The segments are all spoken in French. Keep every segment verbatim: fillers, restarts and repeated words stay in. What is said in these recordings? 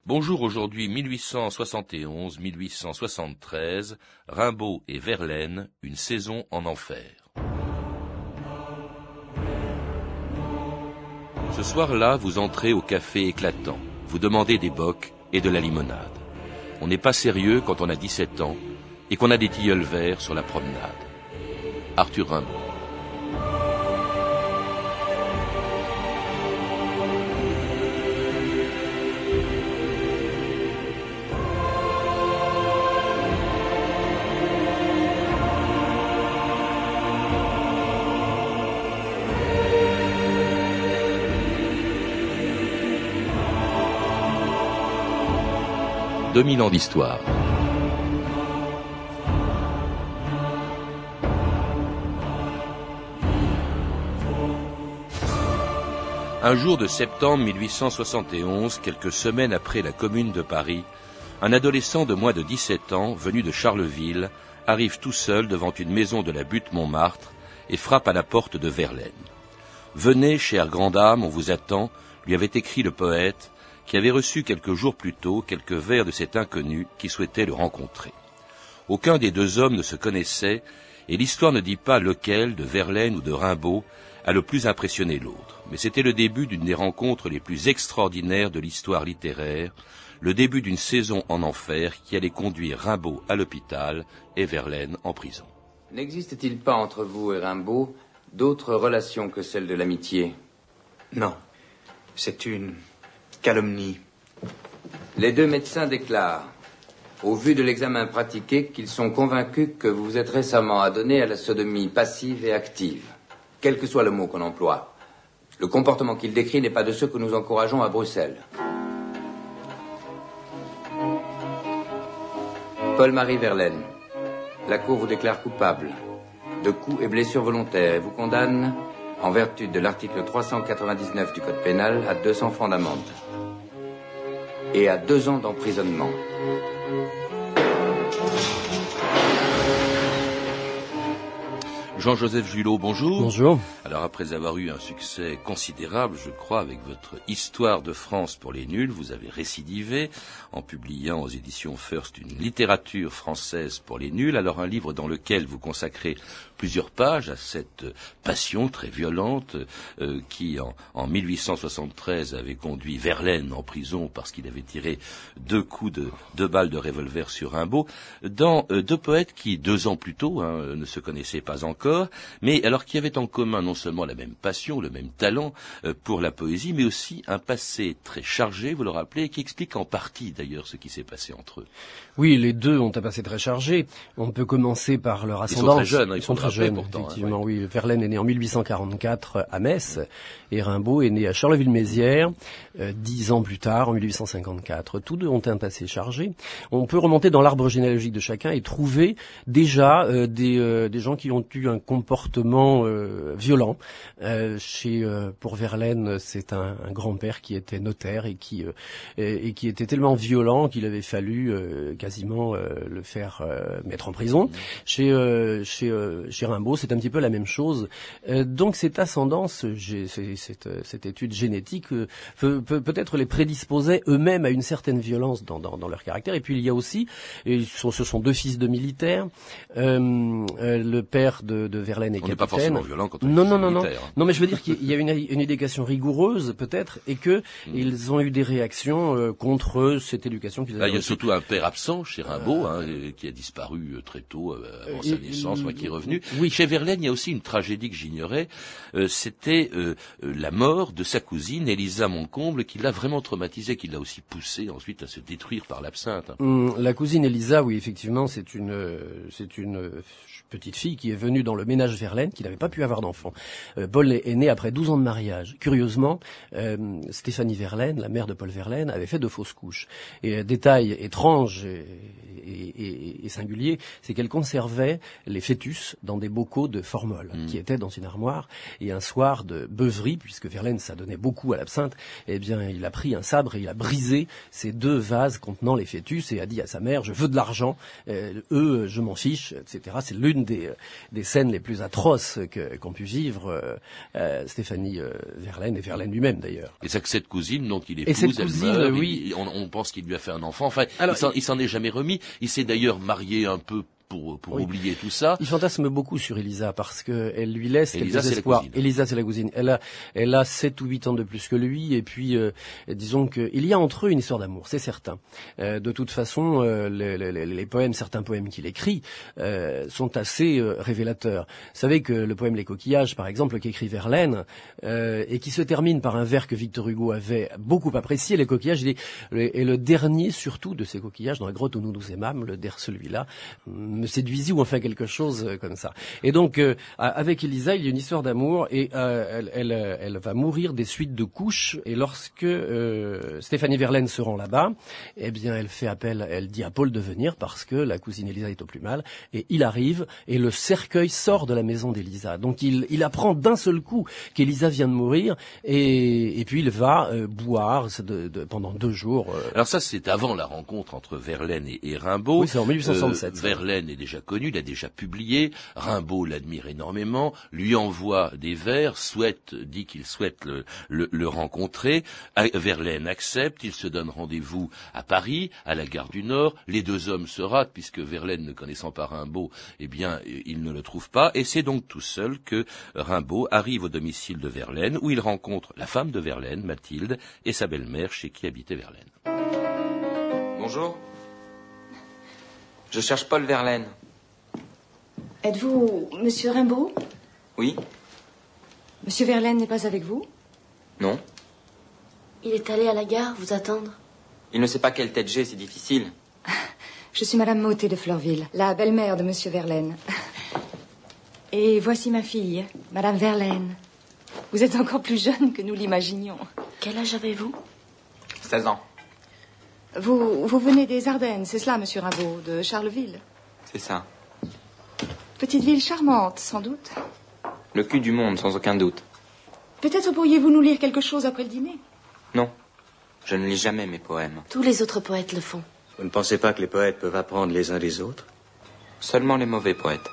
Bonjour, aujourd'hui mille huit cent soixante et onze à mille huit cent soixante-treize, Rimbaud et Verlaine, une saison en enfer. Ce soir-là, vous entrez au café éclatant, vous demandez des bocs et de la limonade. On n'est pas sérieux quand on a dix-sept ans et qu'on a des tilleuls verts sur la promenade. Arthur Rimbaud. deux mille ans d'histoire. Un jour de septembre mille huit cent soixante et onze, quelques semaines après la Commune de Paris, un adolescent de moins de dix-sept ans, venu de Charleville, arrive tout seul devant une maison de la butte Montmartre et frappe à la porte de Verlaine. « Venez, chère grande âme, on vous attend », lui avait écrit le poète, qui avait reçu quelques jours plus tôt quelques vers de cet inconnu qui souhaitait le rencontrer. Aucun des deux hommes ne se connaissait, et l'histoire ne dit pas lequel, de Verlaine ou de Rimbaud, a le plus impressionné l'autre. Mais c'était le début d'une des rencontres les plus extraordinaires de l'histoire littéraire, le début d'une saison en enfer qui allait conduire Rimbaud à l'hôpital et Verlaine en prison. N'existe-t-il pas entre vous et Rimbaud d'autres relations que celle de l'amitié? Non, c'est une calomnie. Les deux médecins déclarent, au vu de l'examen pratiqué, qu'ils sont convaincus que vous vous êtes récemment adonné à la sodomie passive et active. Quel que soit le mot qu'on emploie, le comportement qu'il décrit n'est pas de ceux que nous encourageons à Bruxelles. Paul-Marie Verlaine, la Cour vous déclare coupable de coups et blessures volontaires et vous condamne, en vertu de l'article trois cent quatre-vingt-dix-neuf du Code pénal, à deux cents francs d'amende et à deux ans d'emprisonnement. Jean-Joseph Julot, bonjour. Bonjour. Alors, après avoir eu un succès considérable, je crois, avec votre Histoire de France pour les nuls, vous avez récidivé en publiant aux éditions First une littérature française pour les nuls. Alors, un livre dans lequel vous consacrez plusieurs pages à cette passion très violente euh, qui, en, en mille huit cent soixante-treize, avait conduit Verlaine en prison parce qu'il avait tiré deux coups de deux balles de revolver sur Rimbaud, dans euh, deux poètes qui, deux ans plus tôt, hein, ne se connaissaient pas encore, mais alors qui avaient en commun non seulement la même passion, le même talent euh, pour la poésie, mais aussi un passé très chargé, vous le rappelez, qui explique en partie d'ailleurs ce qui s'est passé entre eux. Oui, les deux ont un passé très chargé. On peut commencer par leur ascendance. Ils sont très jeunes, hein, ils, ils sont très jeunes, pourtant, effectivement. Hein, oui. oui, Verlaine est né en mille huit cent quarante-quatre à Metz et Rimbaud est né à Charleville-Mézières euh, dix ans plus tard, en mille huit cent cinquante-quatre. Tous deux ont un passé chargé. On peut remonter dans l'arbre généalogique de chacun et trouver déjà euh, des, euh, des gens qui ont eu un comportement euh, violent. Euh, chez euh, pour Verlaine, c'est un, un grand-père qui était notaire et qui euh, et, et qui était tellement violent qu'il avait fallu euh, quasiment euh, le faire euh, mettre en prison. Mmh. Chez euh, chez euh, chez Rimbaud, c'est un petit peu la même chose. Euh, donc cette ascendance, j'ai, c'est, cette, cette étude génétique euh, peut, peut, peut-être les prédisposait eux-mêmes à une certaine violence dans, dans, dans leur caractère. Et puis il y a aussi, et ce sont deux fils de militaires, euh, euh, le père de, de Verlaine est on capitaine. n'est pas forcément violent quand on non, est non, non, non, militaire. non, mais je veux dire qu'il y a une, une éducation rigoureuse peut-être, et que mmh. ils ont eu des réactions euh, contre cette éducation qu'ils avaient. Là, il y a surtout un père absent chez Rimbaud, euh... hein, qui a disparu très tôt euh, avant euh, sa naissance, euh, qui est revenu. Oui. Chez Verlaine, il y a aussi une tragédie que j'ignorais. Euh, c'était euh, la mort de sa cousine, Élisa Moncomble, qui l'a vraiment traumatisé, qui l'a aussi poussé ensuite à se détruire par l'absinthe. Hum, la cousine Élisa, oui, effectivement, c'est une, c'est une petite fille qui est venue dans le ménage Verlaine, qui n'avait pas pu avoir d'enfant. Euh, Paul est, est né après douze ans de mariage. Curieusement, euh, Stéphanie Verlaine, la mère de Paul Verlaine, avait fait de fausses couches. Et euh, détail étrange et, et, et, et singulier, c'est qu'elle conservait les fœtus dans des bocaux de formol, mmh. qui étaient dans une armoire. Et un soir de beuverie, puisque Verlaine s'adonnait beaucoup à l'absinthe, eh bien, il a pris un sabre et il a brisé ces deux vases contenant les fœtus et a dit à sa mère, je veux de l'argent, euh, eux, je m'en fiche, et cetera. C'est l'une des, des scènes les plus atroces que, qu'ont pu vivre euh, euh, Stéphanie euh, Verlaine et Verlaine lui-même d'ailleurs. Et c'est que cette cousine, donc il Et épouse, cette elle cousine, meurt, oui. il- on, on pense qu'il lui a fait un enfant. Enfin, Alors, il s'en, il s'en est jamais remis. Il s'est d'ailleurs marié un peu pour, pour Oui. oublier tout ça. Il fantasme beaucoup sur Elisa parce que elle lui laisse Elisa, quelques c'est la espoirs. cousine. Elisa, c'est la cousine. Elle a, elle a sept ou huit ans de plus que lui, et puis euh, disons que il y a entre eux une histoire d'amour, c'est certain. Euh, de toute façon, euh, les, les, les poèmes, certains poèmes qu'il écrit, euh, sont assez euh, révélateurs. Vous savez que le poème Les Coquillages, par exemple, qu'écrit Verlaine, euh, et qui se termine par un vers que Victor Hugo avait beaucoup apprécié, Les Coquillages, il est, est le dernier surtout de ces coquillages dans la grotte où nous nous aimâmes, le der celui-là me séduisit ou enfin quelque chose comme ça. Et donc, euh, avec Elisa, il y a une histoire d'amour et euh, elle, elle, elle va mourir des suites de couches. Et lorsque euh, Stéphanie Verlaine se rend là-bas, eh bien, elle fait appel, elle dit à Paul de venir parce que la cousine Elisa est au plus mal. Et il arrive et le cercueil sort de la maison d'Elisa. Donc, il, il apprend d'un seul coup qu'Elisa vient de mourir et, et puis il va euh, boire de, de, pendant deux jours. Euh, Alors ça, c'est avant la rencontre entre Verlaine et, et Rimbaud. Oui, c'est en mille huit cent soixante-sept. Euh, Verlaine est déjà connu, il a déjà publié. Rimbaud l'admire énormément, lui envoie des vers, souhaite, dit qu'il souhaite le, le, le rencontrer. Verlaine accepte, il se donne rendez-vous à Paris, à la gare du Nord. Les deux hommes se ratent puisque Verlaine, ne connaissant pas Rimbaud, eh bien, il ne le trouve pas. Et c'est donc tout seul que Rimbaud arrive au domicile de Verlaine, où il rencontre la femme de Verlaine, Mathilde, et sa belle-mère chez qui habitait Verlaine. Bonjour. Je cherche Paul Verlaine. Êtes-vous Monsieur Rimbaud? Oui? Monsieur Verlaine n'est pas avec vous? Non? Il est allé à la gare vous attendre. Il ne sait pas quelle tête j'ai, c'est difficile. Je suis Madame Mottet de Fleurville, la belle-mère de Monsieur Verlaine. Et voici ma fille, Madame Verlaine. Vous êtes encore plus jeune que nous l'imaginions. Quel âge avez-vous? seize ans. Vous, vous venez des Ardennes, c'est cela, Monsieur Rimbaud, de Charleville. C'est ça. Petite ville charmante, sans doute. Le cul du monde, sans aucun doute. Peut-être pourriez-vous nous lire quelque chose après le dîner? Non. Je ne lis jamais mes poèmes. Tous les autres poètes le font. Vous ne pensez pas que les poètes peuvent apprendre les uns des autres? Seulement les mauvais poètes.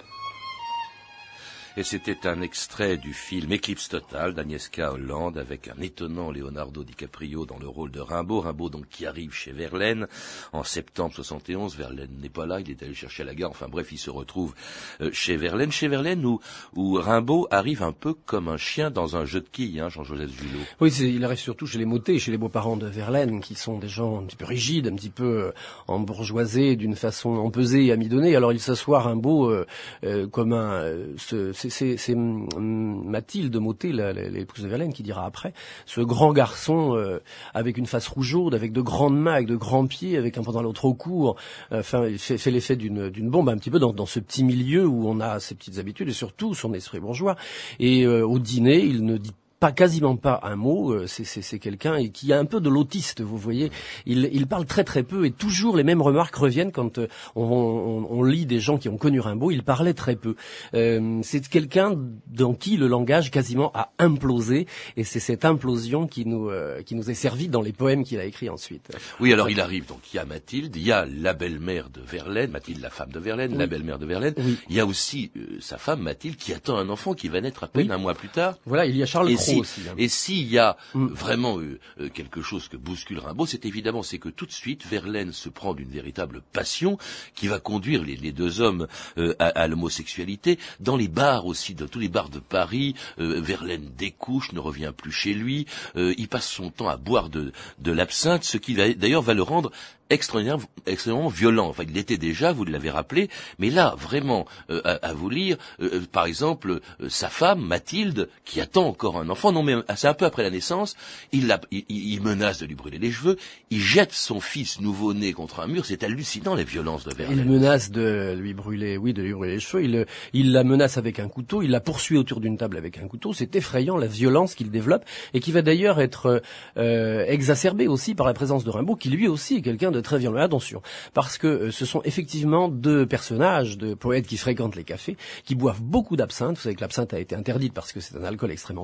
Et c'était un extrait du film Éclipse totale d'Agnieszka Holland avec un étonnant Leonardo DiCaprio dans le rôle de Rimbaud. Rimbaud donc qui arrive chez Verlaine en septembre soixante et onze. Verlaine n'est pas là, il est allé chercher à la gare. Enfin bref, il se retrouve euh, chez Verlaine. Chez Verlaine où, où Rimbaud arrive un peu comme un chien dans un jeu de quilles, hein, Jean-Joseph Julot. Oui, c'est, il arrive surtout chez les Mottet, chez les beaux-parents de Verlaine, qui sont des gens un petit peu rigides, un petit peu euh, embourgeoisés, d'une façon empesée et amidonnée. Alors il s'assoit Rimbaud euh, euh, comme un... Euh, ce, c'est, c'est, c'est Mathilde Mottet, la, la, l'épouse de Verlaine, qui dira après, ce grand garçon euh, avec une face rougeaude, avec de grandes mains, avec de grands pieds, avec un pantalon trop court, enfin, il fait, fait l'effet d'une, d'une bombe un petit peu dans, dans ce petit milieu où on a ses petites habitudes et surtout son esprit bourgeois. Et euh, au dîner, il ne dit pas quasiment pas un mot, c'est, c'est, c'est quelqu'un qui a un peu de l'autiste, vous voyez. Il, il parle très très peu et toujours les mêmes remarques reviennent quand on, on, on lit des gens qui ont connu Rimbaud. Il parlait très peu. Euh, c'est quelqu'un dans qui le langage quasiment a implosé et c'est cette implosion qui nous, euh, qui nous est servie dans les poèmes qu'il a écrits ensuite. Oui, alors il arrive, donc il y a Mathilde, il y a la belle-mère de Verlaine, Mathilde la femme de Verlaine, oui. La belle-mère de Verlaine. Oui. Il y a aussi euh, sa femme Mathilde qui attend un enfant qui va naître à peine oui. un mois plus tard. Voilà, il y a Charles Cros. Si, aussi, hein. Et s'il y a mm. vraiment euh, euh, quelque chose que bouscule Rimbaud, c'est évidemment c'est que tout de suite Verlaine se prend d'une véritable passion qui va conduire les, les deux hommes euh, à, à l'homosexualité. Dans les bars aussi, dans tous les bars de Paris, euh, Verlaine découche, ne revient plus chez lui. Euh, il passe son temps à boire de, de l'absinthe, ce qui va, d'ailleurs va le rendre extraordinairement, extrêmement violent. Enfin, il l'était déjà, vous l'avez rappelé, mais là, vraiment, euh, à, à vous lire, euh, par exemple, euh, sa femme, Mathilde, qui attend encore un enfant, non mais c'est un peu après la naissance, il, la, il, il menace de lui brûler les cheveux, il jette son fils nouveau-né contre un mur, c'est hallucinant les violences de Verlaine. Il menace de lui brûler, oui, de lui brûler les cheveux, il, il la menace avec un couteau, il la poursuit autour d'une table avec un couteau, c'est effrayant la violence qu'il développe, et qui va d'ailleurs être euh, exacerbée aussi par la présence de Rimbaud, qui lui aussi est quelqu'un de très violent. Attention, parce que euh, ce sont effectivement deux personnages, de poètes qui fréquentent les cafés, qui boivent beaucoup d'absinthe. Vous savez que l'absinthe a été interdite parce que c'est un alcool extrêmement dangereux.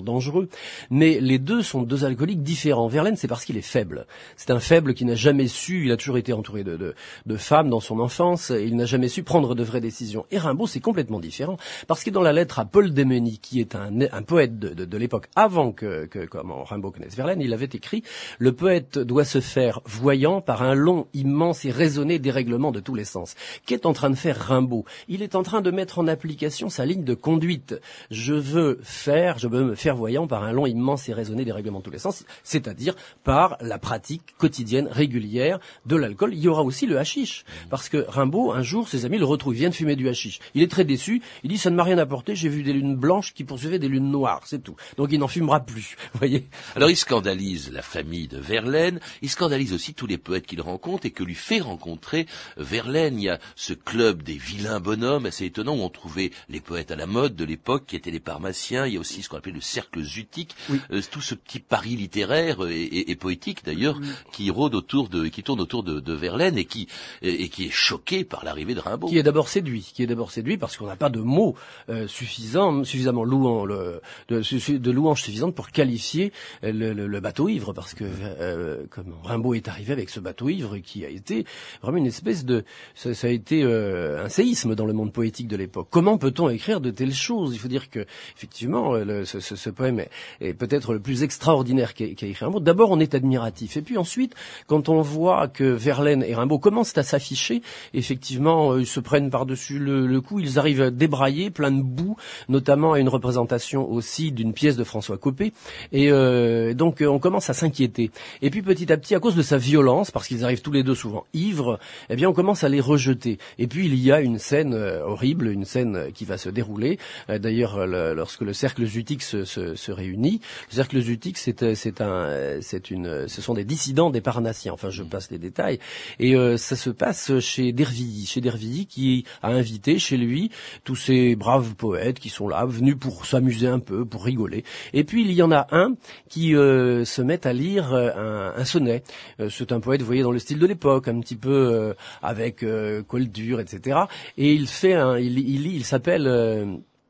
amoureux. Mais les deux sont deux alcooliques différents. Verlaine, c'est parce qu'il est faible. C'est un faible qui n'a jamais su, il a toujours été entouré de, de, de femmes dans son enfance, et il n'a jamais su prendre de vraies décisions. Et Rimbaud, c'est complètement différent, parce que dans la lettre à Paul Démeny, qui est un, un poète de, de, de l'époque, avant que, que comment, Rimbaud connaisse Verlaine, il avait écrit « Le poète doit se faire voyant par un long, immense et raisonné dérèglement de tous les sens ». Qu'est en train de faire Rimbaud? Il est en train de mettre en application sa ligne de conduite. Je veux faire, je veux me faire voyant par un long, immense et raisonné dérèglement de tous les sens, c'est-à-dire par la pratique quotidienne, régulière de l'alcool. Il y aura aussi le hashish, parce que Rimbaud, un jour, ses amis le retrouvent, ils viennent fumer du hashish. Il est très déçu, il dit « ça ne m'a rien apporté, j'ai vu des lunes blanches qui poursuivaient des lunes noires, c'est tout ». Donc il n'en fumera plus, vous voyez. Alors il scandalise la famille de Verlaine, il scandalise aussi tous les poètes qu'il rencontre et que lui fait rencontrer Verlaine. Il y a ce club des vilains bonhommes, assez étonnant, où on trouvait les poètes à la mode de l'époque, qui étaient les parmassiens. Il y a aussi ce qu'on appelait le cercle zutique, oui. euh, tout ce petit Paris littéraire et, et, et poétique d'ailleurs, oui. qui rôde autour de, qui tourne autour de, de Verlaine et qui, et, et qui est choqué par l'arrivée de Rimbaud. Qui est d'abord séduit, qui est d'abord séduit parce qu'on n'a pas de mots euh, suffisants, suffisamment louant, le, de, de louanges suffisantes pour qualifier le, le, le bateau ivre, parce que euh, comme Rimbaud est arrivé avec ce bateau ivre qui a été vraiment une espèce de, ça, ça a été euh, un séisme dans le monde poétique de l'époque. Comment peut-on écrire de telles choses? Il faut dire que effectivement, le, ce, ce, ce poème est, est peut-être le plus extraordinaire qu'a qu écrit Rimbaud. D'abord, on est admiratif, et puis ensuite, quand on voit que Verlaine et Rimbaud commencent à s'afficher, effectivement, euh, ils se prennent par-dessus le, le coup, ils arrivent à débrailler plein de boue, notamment à une représentation aussi d'une pièce de François Coppée, et euh, donc on commence à s'inquiéter. Et puis petit à petit, à cause de sa violence, parce qu'ils arrivent tous les deux souvent ivres, eh bien on commence à les rejeter. Et puis il y a une scène euh, horrible, une scène qui va se dérouler. Euh, D'ailleurs, le, lorsque le cercle zutique se, se, se réunit, le cercle zutique, c'est, c'est un, c'est une, ce sont des dissidents des Parnassiens. Enfin, je passe les détails. Et euh, ça se passe chez d'Hervilly, chez d'Hervilly qui a invité chez lui tous ces braves poètes qui sont là, venus pour s'amuser un peu, pour rigoler. Et puis il y en a un qui euh, se met à lire un, un sonnet. Euh, c'est un poète, vous voyez, dans le style de l'époque, un petit peu euh, avec euh, col dur, et cetera. Et il fait un, il, il lit, il s'appelle. Euh,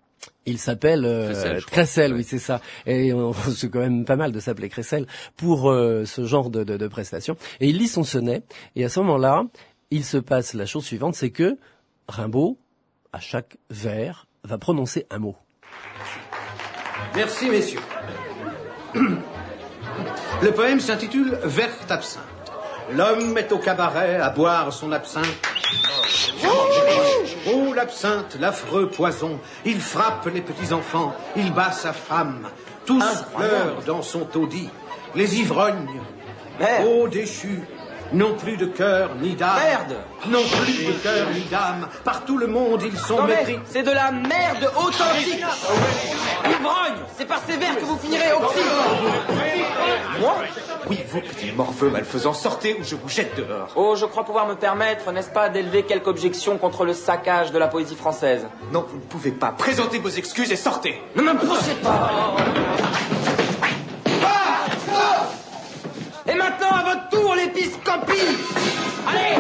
Il s'appelle euh, Crécelle, oui, c'est ça. Et on, c'est quand même pas mal de s'appeler Crécelle pour euh, ce genre de, de, de prestations. Et il lit son sonnet, et à ce moment-là, il se passe la chose suivante, c'est que Rimbaud, à chaque vers, va prononcer un mot. Merci, messieurs. Le poème s'intitule « Verte absinthe ». L'homme est au cabaret à boire son absinthe. Oh, l'absinthe, l'affreux poison, il frappe les petits-enfants, il bat sa femme. Tous pleurent dans son taudis, les ivrognes. Oh, déchus, n'ont plus de cœur ni d'âme. Merde! N'ont plus de cœur ni d'âme. Partout le monde, ils sont mépris. C'est de la merde authentique. Ivrogne, c'est par ces vers que vous finirez au psy. Moi? Oui, vous, petit morveux malfaisant, sortez ou je vous jette dehors. Oh, je crois pouvoir me permettre, n'est-ce pas, d'élever quelques objections contre le saccage de la poésie française. Non, vous ne pouvez pas. Présentez vos excuses et sortez. Ne m'approchez pas. Et maintenant, à votre tour, l'épiscopie. Allez.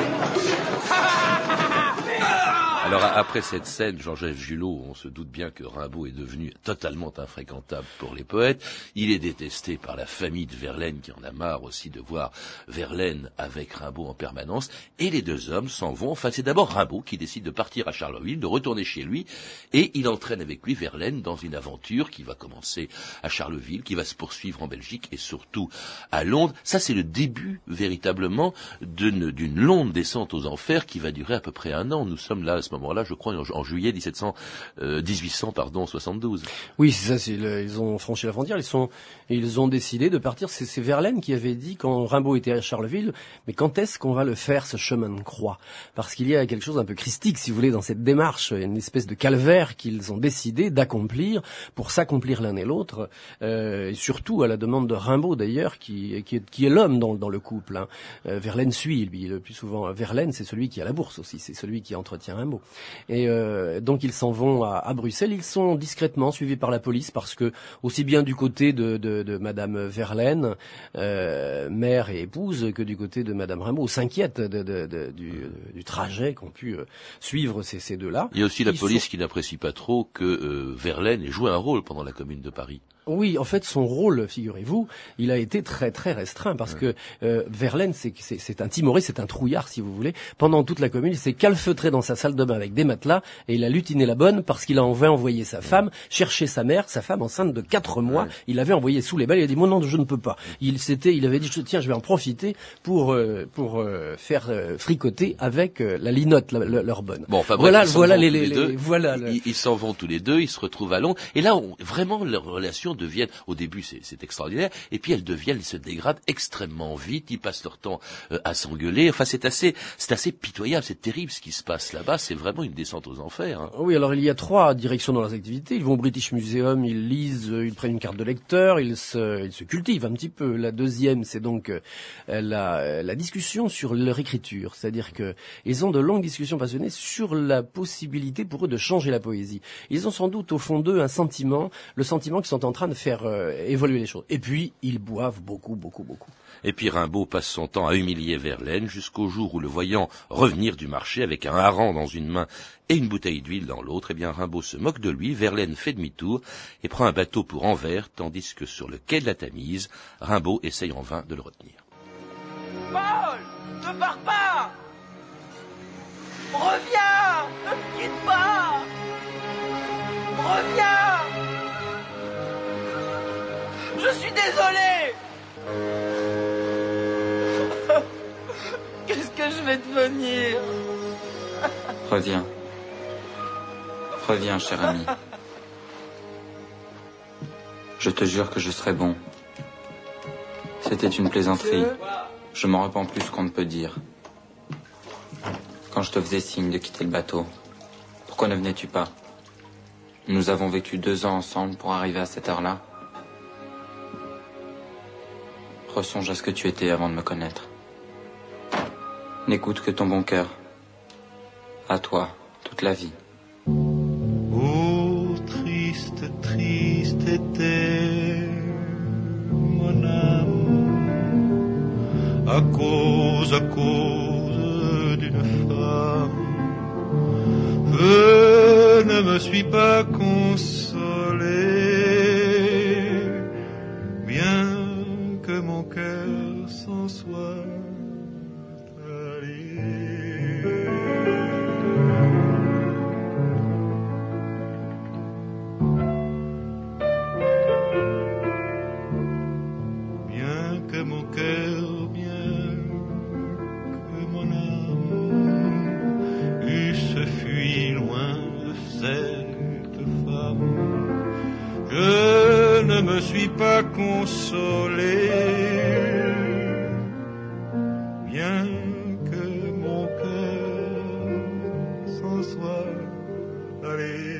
Alors après cette scène, Jean-Jacques Julot, on se doute bien que Rimbaud est devenu totalement infréquentable pour les poètes. Il est détesté par la famille de Verlaine qui en a marre aussi de voir Verlaine avec Rimbaud en permanence. Et les deux hommes s'en vont. Enfin, c'est d'abord Rimbaud qui décide de partir à Charleville, de retourner chez lui. Et il entraîne avec lui Verlaine dans une aventure qui va commencer à Charleville, qui va se poursuivre en Belgique et surtout à Londres. Ça, c'est le début véritablement d'une, d'une longue descente aux enfers qui va durer à peu près un an. Nous sommes là à ce moment-là, je crois, en, en juillet dix-sept cents, euh, dix-huit cents, pardon, soixante-douze. Oui, c'est ça. C'est le, ils ont franchi la frontière. Ils sont, ils ont décidé de partir. C'est, c'est Verlaine qui avait dit quand Rimbaud était à Charleville, mais quand est-ce qu'on va le faire ce chemin de croix? Parce qu'il y a quelque chose d'un peu christique, si vous voulez, dans cette démarche, une espèce de calvaire qu'ils ont décidé d'accomplir pour s'accomplir l'un et l'autre, euh, et surtout à la demande de Rimbaud d'ailleurs, qui, qui, est, qui est l'homme dans, dans le couple. Hein. Euh, Verlaine suit, lui, le plus souvent. Verlaine, c'est celui qui a la bourse aussi, c'est celui qui entretient Rimbaud. Et euh, donc ils s'en vont à, à Bruxelles. Ils sont discrètement suivis par la police parce que aussi bien du côté de, de, de Madame Verlaine, euh, mère et épouse, que du côté de Madame Rimbaud, s'inquiètent de, de, de, du, du trajet qu'ont pu euh, suivre ces, ces deux-là. Il y a aussi la Ils police sont... qui n'apprécie pas trop que euh, Verlaine ait joué un rôle pendant la Commune de Paris. Oui, en fait, son rôle, figurez-vous, il a été très très restreint parce ouais. que euh, Verlaine, c'est, c'est, c'est un timoré, c'est un trouillard, si vous voulez. Pendant toute la Commune, il s'est calfeutré dans sa salle de bain avec des matelas et il a lutiné la bonne parce qu'il a envoyé envoyer sa femme chercher sa mère, sa femme enceinte de quatre mois. Ouais. Il l'avait envoyé sous les balles. Il a dit "Mon non, je ne peux pas." Il s'était, il avait dit "Tiens, je vais en profiter pour euh, pour euh, faire euh, fricoter avec euh, la linotte, la, la, leur bonne." Bon, enfin, voilà, bref, voilà les, les, les, deux. les voilà. Ils, ils s'en vont tous les deux. Ils se retrouvent à Londres. Et là, on, vraiment, leurs relations deviennent au début C'est, c'est extraordinaire, et puis elles deviennent, elles se dégradent extrêmement vite, ils passent leur temps euh, à s'engueuler, enfin c'est assez, c'est assez pitoyable, c'est terrible ce qui se passe là-bas, c'est vraiment une descente aux enfers. Hein. Oui, alors il y a trois directions dans leurs activités, ils vont au British Museum, ils lisent, ils prennent une carte de lecteur, ils se, ils se cultivent un petit peu. La deuxième, c'est donc euh, la, la discussion sur leur écriture, c'est-à-dire que ils ont de longues discussions passionnées sur la possibilité pour eux de changer la poésie. Ils ont sans doute au fond d'eux un sentiment, le sentiment qu'ils sont en train de faire euh, évoluer les choses. Et puis, ils boivent beaucoup, beaucoup, beaucoup. Et puis Rimbaud passe son temps à humilier Verlaine jusqu'au jour où, le voyant revenir du marché avec un hareng dans une main et une bouteille d'huile dans l'autre, eh bien Rimbaud se moque de lui, Verlaine fait demi-tour et prend un bateau pour Anvers, tandis que sur le quai de la Tamise, Rimbaud essaye en vain de le retenir. Paul, ne pars pas! Reviens! Ne me quitte pas! Reviens! Je suis désolé. Qu'est-ce que je vais devenir? Reviens. Reviens, cher ami. Je te jure que je serai bon. C'était une plaisanterie. Je m'en repens plus qu'on ne peut dire. Quand je te faisais signe de quitter le bateau, pourquoi ne venais-tu pas? Nous avons vécu deux ans ensemble pour arriver à cette heure-là. Ressonge à ce que tu étais avant de me connaître. N'écoute que ton bon cœur. À toi, toute la vie. Oh, triste, triste était mon âme, à cause, à cause d'une femme. Je ne me suis pas consolé, bien que mon cœur s'en soit allé. Bien que mon cœur, bien que mon âme eussent fui loin de cette femme, je ne me suis pas consolé, bien que mon cœur s'en soit allé.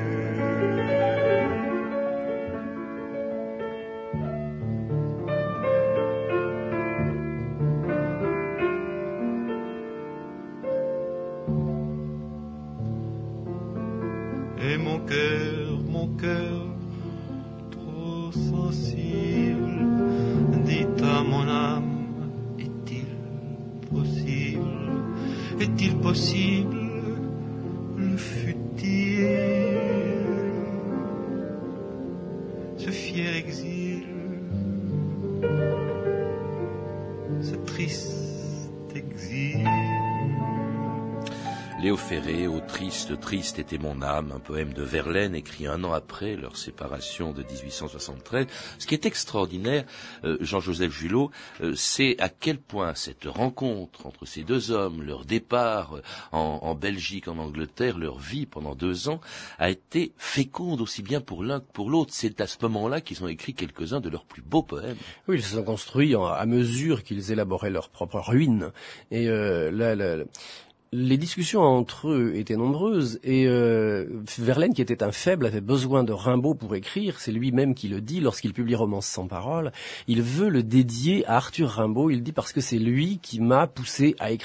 Et mon cœur, mon cœur, trop sensible, dit à mon âme, est-il possible, est-il possible, le fut-il, ce fier exil, ce triste exil. Léo Ferré, au triste, triste était mon âme, un poème de Verlaine écrit un an après leur séparation de dix-huit cent soixante-treize. Ce qui est extraordinaire, euh, Jean-Joseph Julot, euh, c'est à quel point cette rencontre entre ces deux hommes, leur départ en, en Belgique, en Angleterre, leur vie pendant deux ans, a été féconde aussi bien pour l'un que pour l'autre. C'est à ce moment-là qu'ils ont écrit quelques-uns de leurs plus beaux poèmes. Oui, ils se sont construits en, à mesure qu'ils élaboraient leur propre ruine. Et euh, là, là, les discussions entre eux étaient nombreuses et euh, Verlaine, qui était un faible, avait besoin de Rimbaud pour écrire. C'est lui-même qui le dit lorsqu'il publie Romance sans parole. Il veut le dédier à Arthur Rimbaud. Il dit parce que c'est lui qui m'a poussé à écrire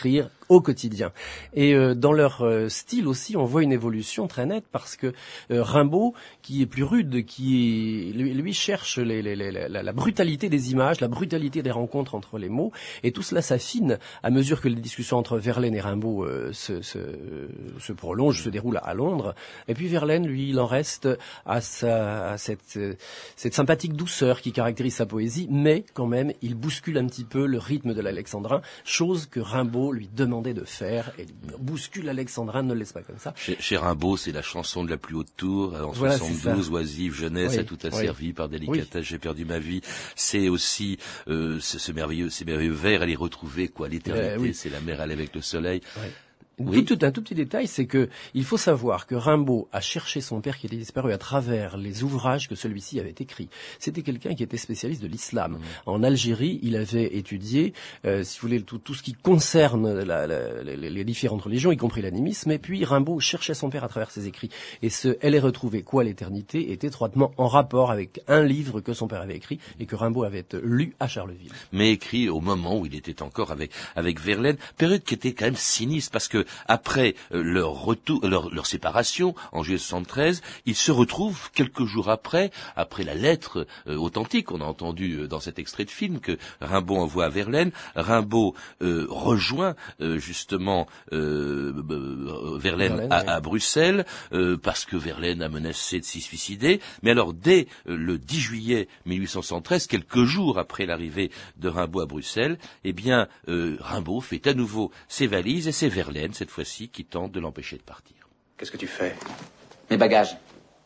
au quotidien. Et euh, dans leur euh, style aussi, on voit une évolution très nette parce que euh, Rimbaud, qui est plus rude, qui est, lui, lui cherche les, les, les, la, la brutalité des images, la brutalité des rencontres entre les mots, et tout cela s'affine à mesure que les discussions entre Verlaine et Rimbaud euh, se, se, se prolongent, se déroulent à Londres. Et puis Verlaine, lui, il en reste à, sa, à cette, cette sympathique douceur qui caractérise sa poésie, mais quand même, il bouscule un petit peu le rythme de l'alexandrin, chose que Rimbaud lui demande de faire, et bouscule alexandrin, ne le laisse pas comme ça. Chez, chez Rimbaud, c'est la chanson de la plus haute tour, en voilà, soixante-douze, oisive, jeunesse, oui, à tout asservi, oui. par délicatesse, oui. j'ai perdu ma vie. C'est aussi euh, ce, ce merveilleux, ces merveilleux vers, elle est retrouvée, quoi, l'éternité, euh, oui. c'est la mer, elle avec le soleil. Oui. Oui. Tout, tout, un tout petit détail, c'est que il faut savoir que Rimbaud a cherché son père qui était disparu à travers les ouvrages que celui-ci avait écrits. C'était quelqu'un qui était spécialiste de l'islam. Mmh. En Algérie, il avait étudié, euh, si vous voulez, tout, tout ce qui concerne la, la, les, les différentes religions, y compris l'animisme. Et puis Rimbaud cherchait son père à travers ses écrits. Et ce « Elle est retrouvée, quoi l'éternité » est étroitement en rapport avec un livre que son père avait écrit et que Rimbaud avait lu à Charleville. Mais écrit au moment où il était encore avec avec Verlaine, période qui était quand même sinistre parce que après euh, leur retour, leur, leur séparation en juillet soixante-treize, ils se retrouvent quelques jours après, après la lettre euh, authentique qu'on a entendue euh, dans cet extrait de film que Rimbaud envoie à Verlaine. Rimbaud euh, rejoint euh, justement euh, euh, Verlaine, Verlaine à, ouais. à Bruxelles euh, parce que Verlaine a menacé de s'y suicider. Mais alors dès euh, le dix juillet mille huit cent soixante-treize, quelques jours après l'arrivée de Rimbaud à Bruxelles, eh bien euh, Rimbaud fait à nouveau ses valises et c'est Verlaine cette fois-ci qui tente de l'empêcher de partir. Qu'est-ce que tu fais? Mes bagages.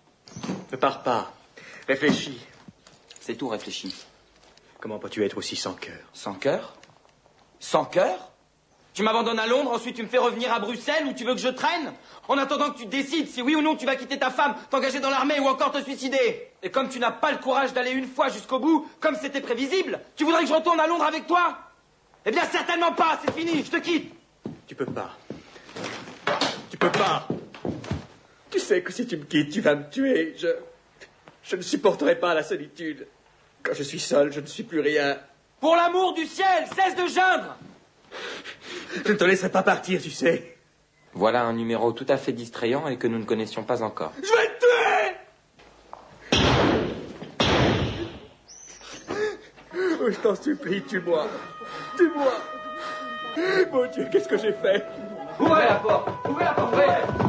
Ne pars pas. Réfléchis. C'est tout, réfléchis. Comment peux-tu être aussi sans cœur? Sans cœur? Sans cœur? Tu m'abandonnes à Londres, ensuite tu me fais revenir à Bruxelles où tu veux que je traîne? En attendant que tu décides si oui ou non tu vas quitter ta femme, t'engager dans l'armée ou encore te suicider. Et comme tu n'as pas le courage d'aller une fois jusqu'au bout, comme c'était prévisible, tu voudrais que je retourne à Londres avec toi? Eh bien certainement pas, c'est fini, je te quitte. Tu peux pas. Tu peux pas. Tu sais que si tu me quittes, tu vas me tuer. Je... Je ne supporterai pas la solitude. Quand je suis seul, je ne suis plus rien. Pour l'amour du ciel, cesse de geindre. Je ne te laisserai pas partir, tu sais. Voilà un numéro tout à fait distrayant et que nous ne connaissions pas encore. Je vais te tuer. Oh, je t'en supplie, tue-moi. Tue-moi. Mon Dieu, qu'est-ce que j'ai fait? Ouvrez la porte. Ouvrez la porte. Ouvrez.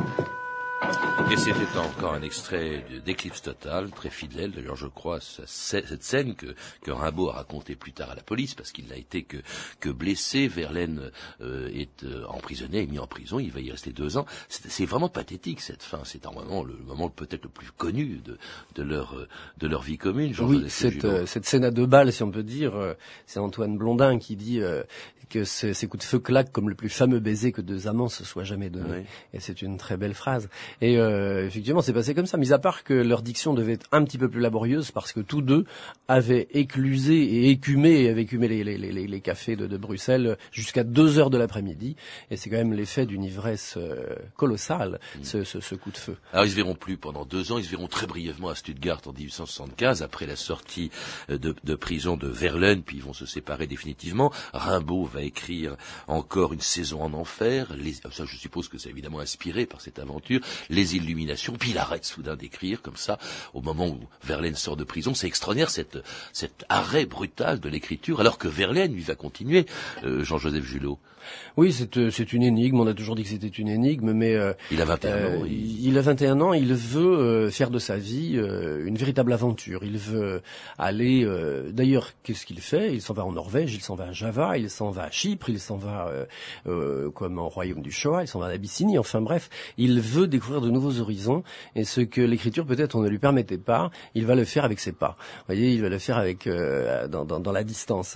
Et c'était encore un extrait d'Éclipse totale, très fidèle. D'ailleurs, je crois, cette scène que, que Rimbaud a racontée plus tard à la police, parce qu'il n'a été que, que blessé. Verlaine euh, est euh, emprisonné, est mis en prison. Il va y rester deux ans. C'est vraiment pathétique, cette fin. C'est un moment, le moment peut-être le plus connu de, de, leur, de leur vie commune. Oui, cette, euh, cette scène à deux balles, si on peut dire, euh, c'est Antoine Blondin qui dit euh, que ces, ces coups de feu claquent comme le plus fameux baiser que deux amants se soient jamais donnés. Oui. Et c'est une très belle phrase. Et euh, effectivement, c'est passé comme ça, mis à part que leur diction devait être un petit peu plus laborieuse parce que tous deux avaient éclusé et écumé, avaient écumé les, les, les, les cafés de, de Bruxelles jusqu'à deux heures de l'après-midi. Et c'est quand même l'effet d'une ivresse euh, colossale, mmh. ce, ce, ce coup de feu. Alors ils se verront plus pendant deux ans, ils se verront très brièvement à Stuttgart en dix-huit cent soixante-quinze, après la sortie de, de prison de Verlaine, puis ils vont se séparer définitivement. Rimbaud va écrire encore une saison en enfer, les, ça je suppose que c'est évidemment inspiré par cette aventure, les illuminations, puis il arrête soudain d'écrire comme ça, au moment où Verlaine sort de prison. C'est extraordinaire cette, cet arrêt brutal de l'écriture, alors que Verlaine, lui, va continuer, euh, Jean-Joseph Julot. Oui, c'est, c'est une énigme, on a toujours dit que c'était une énigme, mais... Euh, il a vingt et un euh, ans. Il... il a vingt et un ans, il veut euh, faire de sa vie euh, une véritable aventure. Il veut aller... Euh, d'ailleurs, qu'est-ce qu'il fait? Il s'en va en Norvège, il s'en va à Java, il s'en va à Chypre, il s'en va euh, euh, comme au royaume du Shoah, il s'en va à Abyssinie, enfin bref, il veut découvrir de nouveaux horizons, et ce que l'écriture peut-être on ne lui permettait pas, il va le faire avec ses pas. Vous voyez, il va le faire avec euh, dans, dans, dans la distance.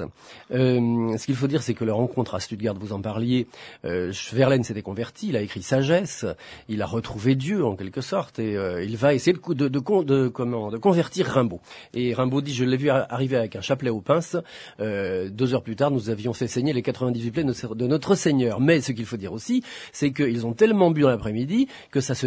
Euh, ce qu'il faut dire, c'est que leur rencontre à Stuttgart, vous en parliez, euh, Verlaine s'était converti, il a écrit Sagesse, il a retrouvé Dieu en quelque sorte, et euh, il va essayer de, de, de, de, de, comment, de convertir Rimbaud. Et Rimbaud dit, je l'ai vu arriver avec un chapelet aux pinces, euh, deux heures plus tard, nous avions fait saigner les quatre-vingt-dix-huit plaies de notre Seigneur. Mais ce qu'il faut dire aussi, c'est qu'ils ont tellement bu dans l'après-midi que ça se termine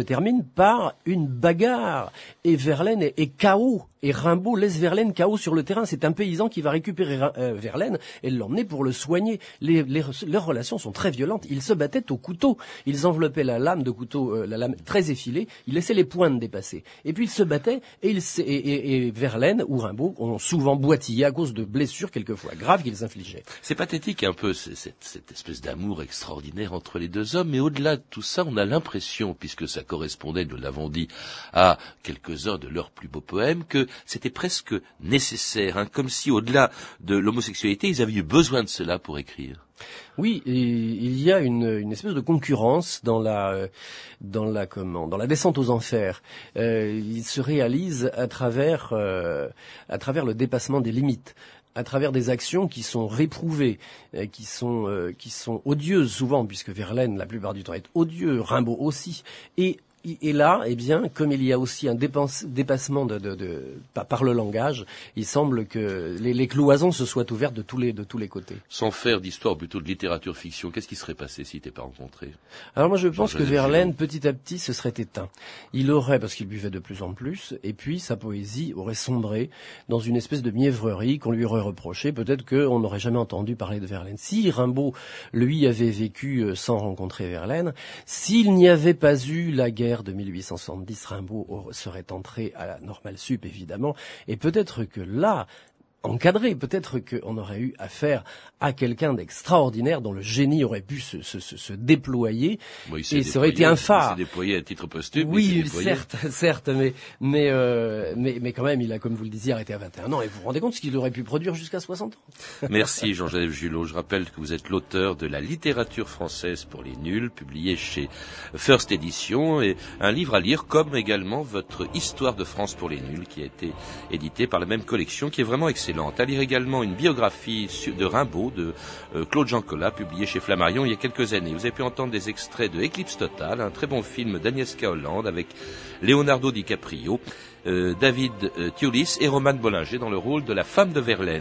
par une bagarre. Et Verlaine est, est K O. Et Rimbaud laisse Verlaine K O sur le terrain. C'est un paysan qui va récupérer euh, Verlaine et l'emmener pour le soigner. Les, les, leurs relations sont très violentes. Ils se battaient au couteau. Ils enveloppaient la lame de couteau, euh, la lame très effilée. Ils laissaient les pointes dépasser. Et puis ils se battaient et, ils, et, et, et Verlaine ou Rimbaud ont souvent boitillé à cause de blessures quelquefois graves qu'ils infligeaient. C'est pathétique un peu cette, cette espèce d'amour extraordinaire entre les deux hommes. Mais au-delà de tout ça, on a l'impression, puisque ça correspondait, nous l'avons dit, à quelques-uns de leurs plus beaux poèmes, que c'était presque nécessaire, hein, comme si au-delà de l'homosexualité, ils avaient eu besoin de cela pour écrire. Oui, et il y a une, une espèce de concurrence dans la, dans la comment, dans la descente aux enfers. Euh, il se réalise à travers, euh, à travers le dépassement des limites, à travers des actions qui sont réprouvées, euh, qui sont, euh, qui sont odieuses souvent, puisque Verlaine, la plupart du temps, est odieux, Rimbaud aussi, et Et là, eh bien, comme il y a aussi un dépense, dépassement de, de, de, par, par le langage, il semble que les, les cloisons se soient ouvertes de tous les, de tous les côtés. Sans faire d'histoire, plutôt de littérature-fiction, qu'est-ce qui serait passé s'il n'était pas rencontré? Alors moi, je pense que Verlaine, petit à petit, se serait éteint. Il aurait, parce qu'il buvait de plus en plus, et puis sa poésie aurait sombré dans une espèce de mièvrerie qu'on lui aurait reproché. Peut-être qu'on n'aurait jamais entendu parler de Verlaine. Si Rimbaud, lui, avait vécu sans rencontrer Verlaine, s'il n'y avait pas eu la guerre de mille huit cent soixante-dix, Rimbaud serait entré à la Normale Sup, évidemment, et peut-être que là, encadré, peut-être qu'on aurait eu affaire à quelqu'un d'extraordinaire dont le génie aurait pu se, se, se, se déployer, bon, et ça aurait été un phare. Il s'est déployé à titre posthume. Oui, certes, certes, mais mais, euh, mais mais quand même, il a, comme vous le disiez, arrêté à vingt et un ans, et vous vous rendez compte ce qu'il aurait pu produire jusqu'à soixante ans. Merci Jean-Joseph Julot. Je rappelle que vous êtes l'auteur de La littérature française pour les nuls, publié chez First Edition, et un livre à lire, comme également votre Histoire de France pour les nuls, qui a été édité par la même collection, qui est vraiment excellente. À lire également une biographie de Rimbaud, de euh, Claude Jean Collat, publiée chez Flammarion il y a quelques années. Vous avez pu entendre des extraits de Éclipse totale, un très bon film d'Agnieszka Holland avec Leonardo DiCaprio, euh, David euh, Thewlis et Romane Bollinger dans le rôle de la femme de Verlaine.